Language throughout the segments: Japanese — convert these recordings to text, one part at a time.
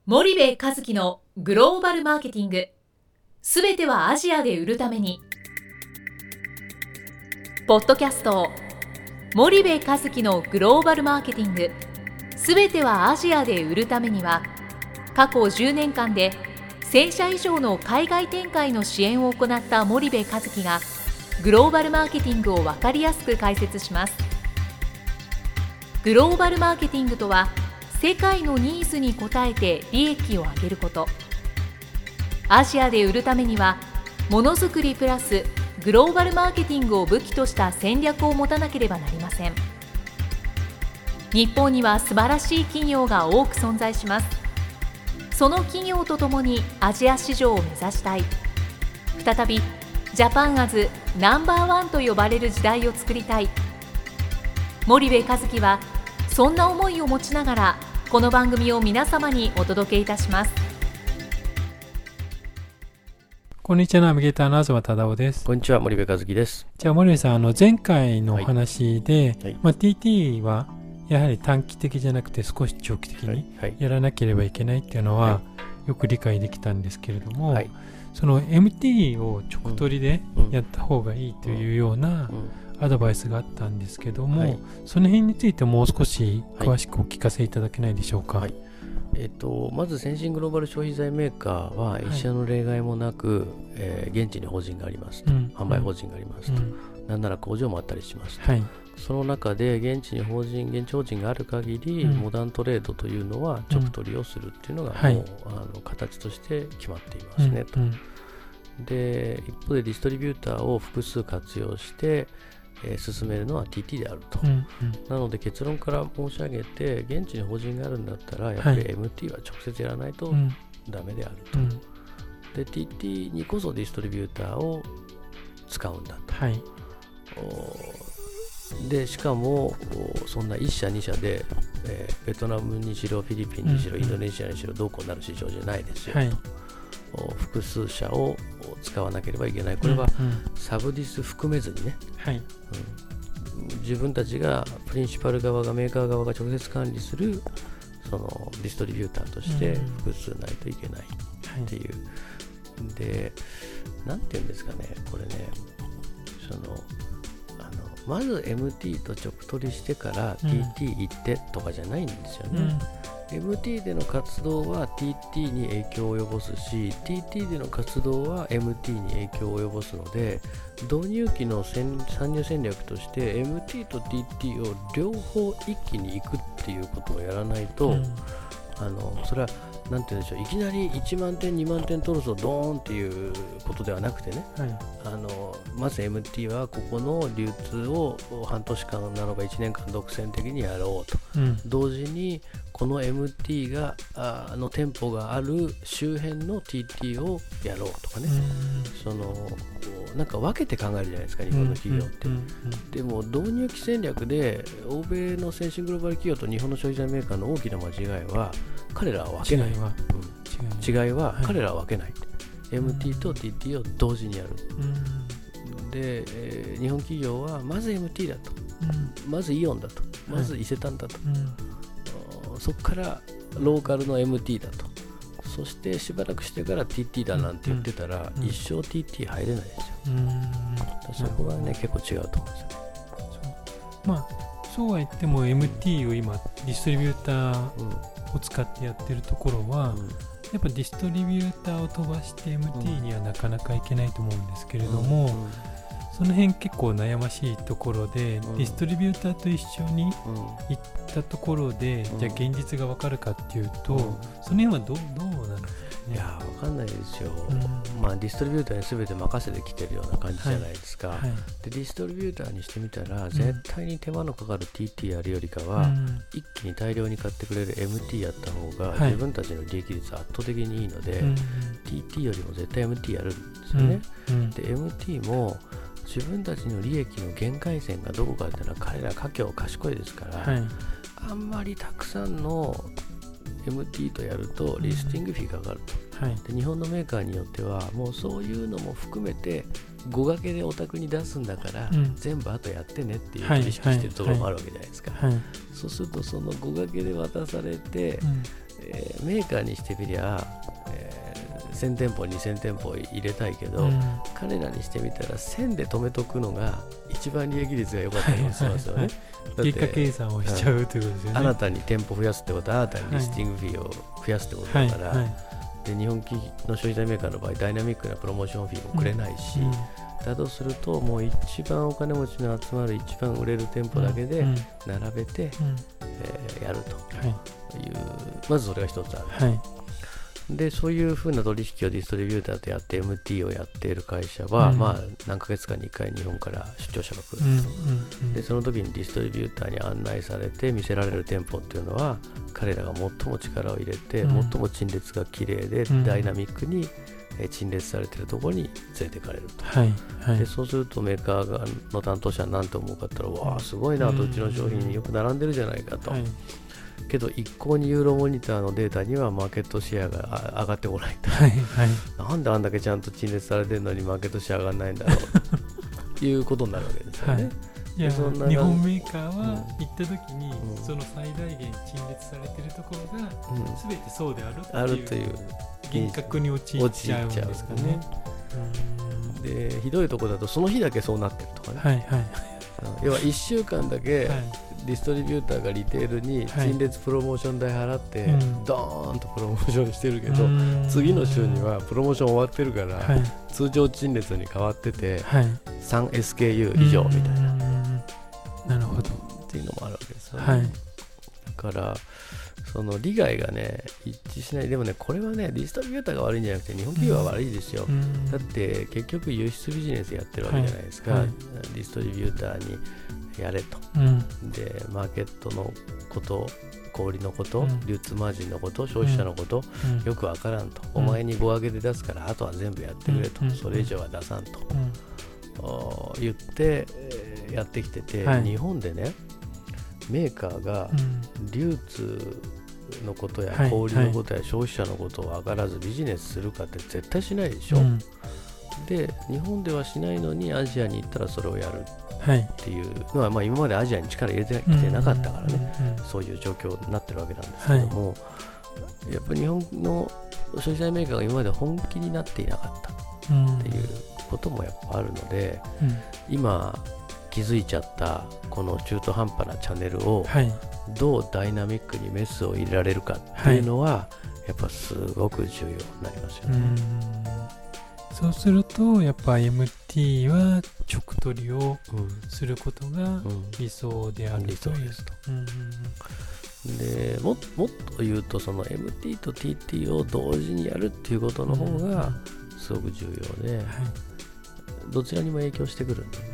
森部一樹のグローバルマーケティング、すべてはアジアで売るために。ポッドキャスト森部一樹のグローバルマーケティング、すべてはアジアで売るためには、過去10年間で1000社以上の海外展開の支援を行った森部一樹がグローバルマーケティングを分かりやすく解説します。グローバルマーケティングとは、世界のニーズに応えて利益を上げること。アジアで売るためには、ものづくりプラスグローバルマーケティングを武器とした戦略を持たなければなりません。日本には素晴らしい企業が多く存在します。その企業とともにアジア市場を目指したい。再びジャパンアズナンバーワンと呼ばれる時代を作りたい。森部一樹はそんな思いを持ちながら、この番組を皆様にお届けいたします。 こんにちは、ナビゲーターの東忠夫です。 こんにちは、森部一樹です。 じゃあ森部さん、前回のお話で、 はい、 TT はやはり短期的じゃなくて少し長期的にやらなければいけないっていうのはよく理解できたんですけれども、その MT を直取りでやった方がいいというようなアドバイスがあったんですけども、その辺についてもう少し詳しくお聞かせいただけないでしょうか。 まず先進グローバル消費財メーカーは一社の例外もなく、現地に法人がありますと、販売法人がありますと、なんなら工場もあったりしますと、その中で現地法人がある限り、モダントレードというのは直取りをするっていうのがもう、形として決まっていますねと。で、一方でディストリビューターを複数活用して進めるのは TT であると、なので結論から申し上げて、現地に法人があるんだったらやっぱり MT は直接やらないとダメであると、で TT にこそディストリビューターを使うんだと、でしかもそんな1社2社で、ベトナムにしろフィリピンにしろ、インドネシアにしろどうこうなる市場じゃないですよと、複数社を使わなければいけない。これはサブディス含めずにね、自分たちがプリンシパル側がメーカー側が直接管理するそのディストリビューターとして複数ないといけないっていう、でなんていうんですかね、これね、まず MT と直取りしてから TT 行ってとかじゃないんですよね。MT での活動は TT に影響を及ぼすし、 TT での活動は MT に影響を及ぼすので、導入期の参入戦略として MT と TT を両方一気に行くっていうことをやらないと、それはなんて言うんでしょう、いきなり1万点2万点取るぞドーンっていうことではなくてね、まず MT はここの流通を半年間なのか1年間独占的にやろうと、同時にこの MT がの店舗がある周辺の TT をやろうとかね、なんか分けて考えるじゃないですか、日本の企業って。でも導入期戦略で欧米の先進グローバル企業と日本の消費財メーカーの大きな間違いは、彼らは分けない。違いは彼らは分けない。MT と TT を同時にやる。で、日本企業はまず MT だと、まずイオンだと、まず伊勢丹だと、そこからローカルの MT だと、そしてしばらくしてから TT だなんて言ってたら、一生 TT 入れないですよ。そこがね、結構違うと思うんですよね。 そうは言っても MT を今ディストリビューターを使ってやってるところは、やっぱディストリビューターを飛ばして MT にはなかなかいけないと思うんですけれども、その辺結構悩ましいところで、ディストリビューターと一緒に行ったところで、じゃあ現実が分かるかっていうと、その辺はどうなんですかね。 いや分かんないですよ。ディストリビューターに全て任せてきてるような感じじゃないですか。でディストリビューターにしてみたら、絶対に手間のかかる TT やるよりかは、一気に大量に買ってくれる MT やった方が、自分たちの利益率圧倒的にいいので、TT よりも絶対 MT やるんですよね。で MT も自分たちの利益の限界線がどこかっていうのは、彼ら華僑賢いですから、あんまりたくさんの MT とやるとリスティングフィーが上がると、で日本のメーカーによってはもうそういうのも含めて5掛けでお宅に出すんだから、全部あとやってねっていう取引してるところもあるわけじゃないですか。そうするとその5掛けで渡されて、 メーカーにしてみりゃ、1000店舗2000店舗入れたいけど、彼らにしてみたら1000で止めとくのが一番利益率が良かったりもしますよね。 結果計算をしちゃうということですよね。 新たに店舗増やすってことは新たにリスティングフィーを増やすってことだから、で日本の消費財メーカーの場合ダイナミックなプロモーションフィーもくれないし、だとするともう一番お金持ちの集まる一番売れる店舗だけで並べて、やるという、まずそれが一つある、でそういうふうな取引をディストリビューターとやって MT をやっている会社は、まあ、何ヶ月かに1回日本から出張者が来ると、でその時にディストリビューターに案内されて見せられる店舗っていうのは彼らが最も力を入れて、最も陳列が綺麗で、ダイナミックに陳列されているところに連れていかれると、でそうするとメーカーの担当者は何と思うかって言ったら、わあすごいなと、うちの商品よく並んでるじゃないかと、けど一向にユーロモニターのデータにはマーケットシェアが上がってこないと、なんであんだけちゃんと陳列されてるのにマーケットシェア上がらないんだろうということになるわけですよね。 いや日本メーカーは行った時に、その最大限陳列されているところが全てそうであるという幻覚に陥っちゃうんですかね。 でひどいところだとその日だけそうなってるとかね、要は1週間だけディストリビューターがリテールに陳列プロモーション代払ってドーンとプロモーションしてるけど、次の週にはプロモーション終わってるから通常陳列に変わってて 3SKU 以上みたいな、 なるほどっていうのもあるわけですよね。だからその利害がね一致しない。でもねこれはねディストリビューターが悪いんじゃなくて日本企業は悪いですよ、だって結局輸出ビジネスやってるわけじゃないですか、ディストリビューターにやれと、でマーケットのこと小売のこと、流通マージンのこと、消費者のこと、よくわからんと、お前に5上げで出すからあとは全部やってくれと、それ以上は出さんと、言って、やってきてて、日本でねメーカーが流通のことや小売のことや消費者のことを分からずビジネスするかって絶対しないでしょ、で日本ではしないのにアジアに行ったらそれをやるっていうのは、まあ今までアジアに力入れてきてなかったからね、そういう状況になってるわけなんですけども、やっぱり日本の消費財メーカーが今まで本気になっていなかったっていうこともやっぱあるので、今気づいちゃったこの中途半端なチャンネルをどうダイナミックにメスを入れられるかっていうのはやっぱすごく重要になりますよね。 そうするとやっぱ MT は直取りをすることが理想であるというと、 でもっと言うとその MT と TT を同時にやるっていうことの方がすごく重要で、どちらにも影響してくるんで、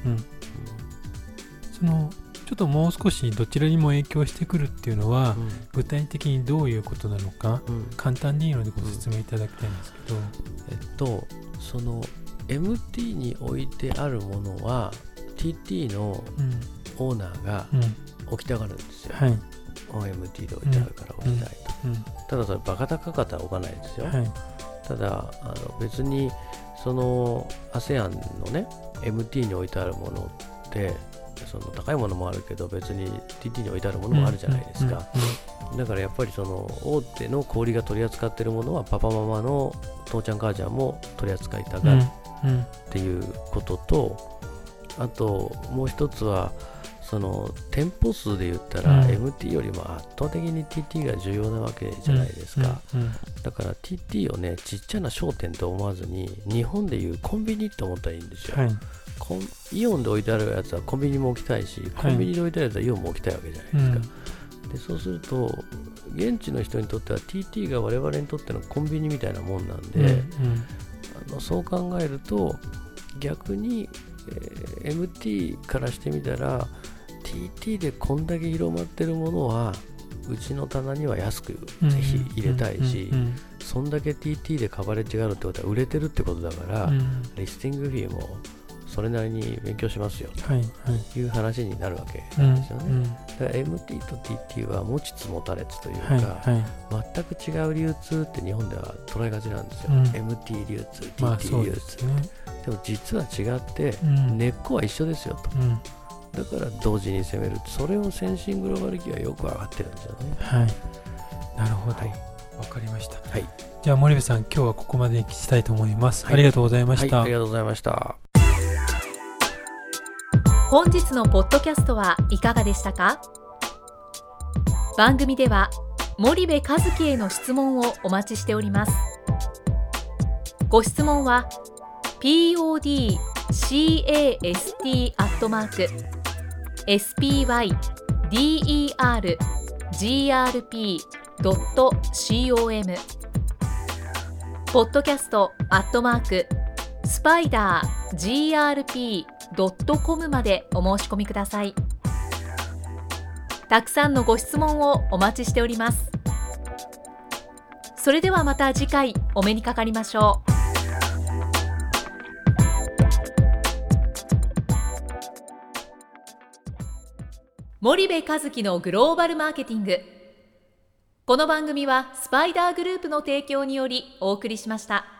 そのちょっともう少しどちらにも影響してくるっていうのは、具体的にどういうことなのか、簡単でいいのでご説明いただきたいんですけど、 その MT に置いてあるものは TT のオーナーが置きたがるんですよ、MT で置いてあるから置きたいと、ただそれバカ高かったら置かないですよ、ただ別にその ASEAN のね MT に置いてあるものってその高いものもあるけど別に TT に置いてあるものもあるじゃないですか、だからやっぱりその大手の小売が取り扱っているものはパパママの父ちゃん母ちゃんも取り扱いたがるっていうことと、あともう一つはその店舗数で言ったら MT よりも圧倒的に TT が重要なわけじゃないですか、だから TT をねちっちゃな商店と思わずに日本でいうコンビニって思ったらいいんですよ、イオンで置いてあるやつはコンビニも置きたいし、コンビニで置いてあるやつはイオンも置きたいわけじゃないですか、でそうすると現地の人にとっては TT が我々にとってのコンビニみたいなもんなんで、そう考えると逆に、MT からしてみたら TT でこんだけ広まってるものはうちの棚には安くぜひ入れたいし、そんだけ TT でカバレッジがあるってことは売れてるってことだから、リスティングフィーもそれなりに勉強しますよという話になるわけなんですよね、だから MT と TT は持ちつ持たれつというか、全く違う流通って日本では捉えがちなんですよ、MT 流通 TT 流通、でも実は違って、根っこは一緒ですよと、だから同時に攻める、それを先進グローバル企業はよく分かってるんですよね、 なるほど、 はい、 わかりました。 はい、 じゃあ森部さん、今日はここまでにしたいと思います、 はい、 ありがとうございました。 はい、ありがとうございました。 本日のポッドキャストはいかがでしたか？番組では森部一樹への質問をお待ちしております。ご質問は podcast@spydergrp.com podcast@spidergrp.com までお申し込みください。たくさんのご質問をお待ちしております。それではまた次回お目にかかりましょう。森部一樹のグローバルマーケティング。この番組はスパイダーグループの提供によりお送りしました。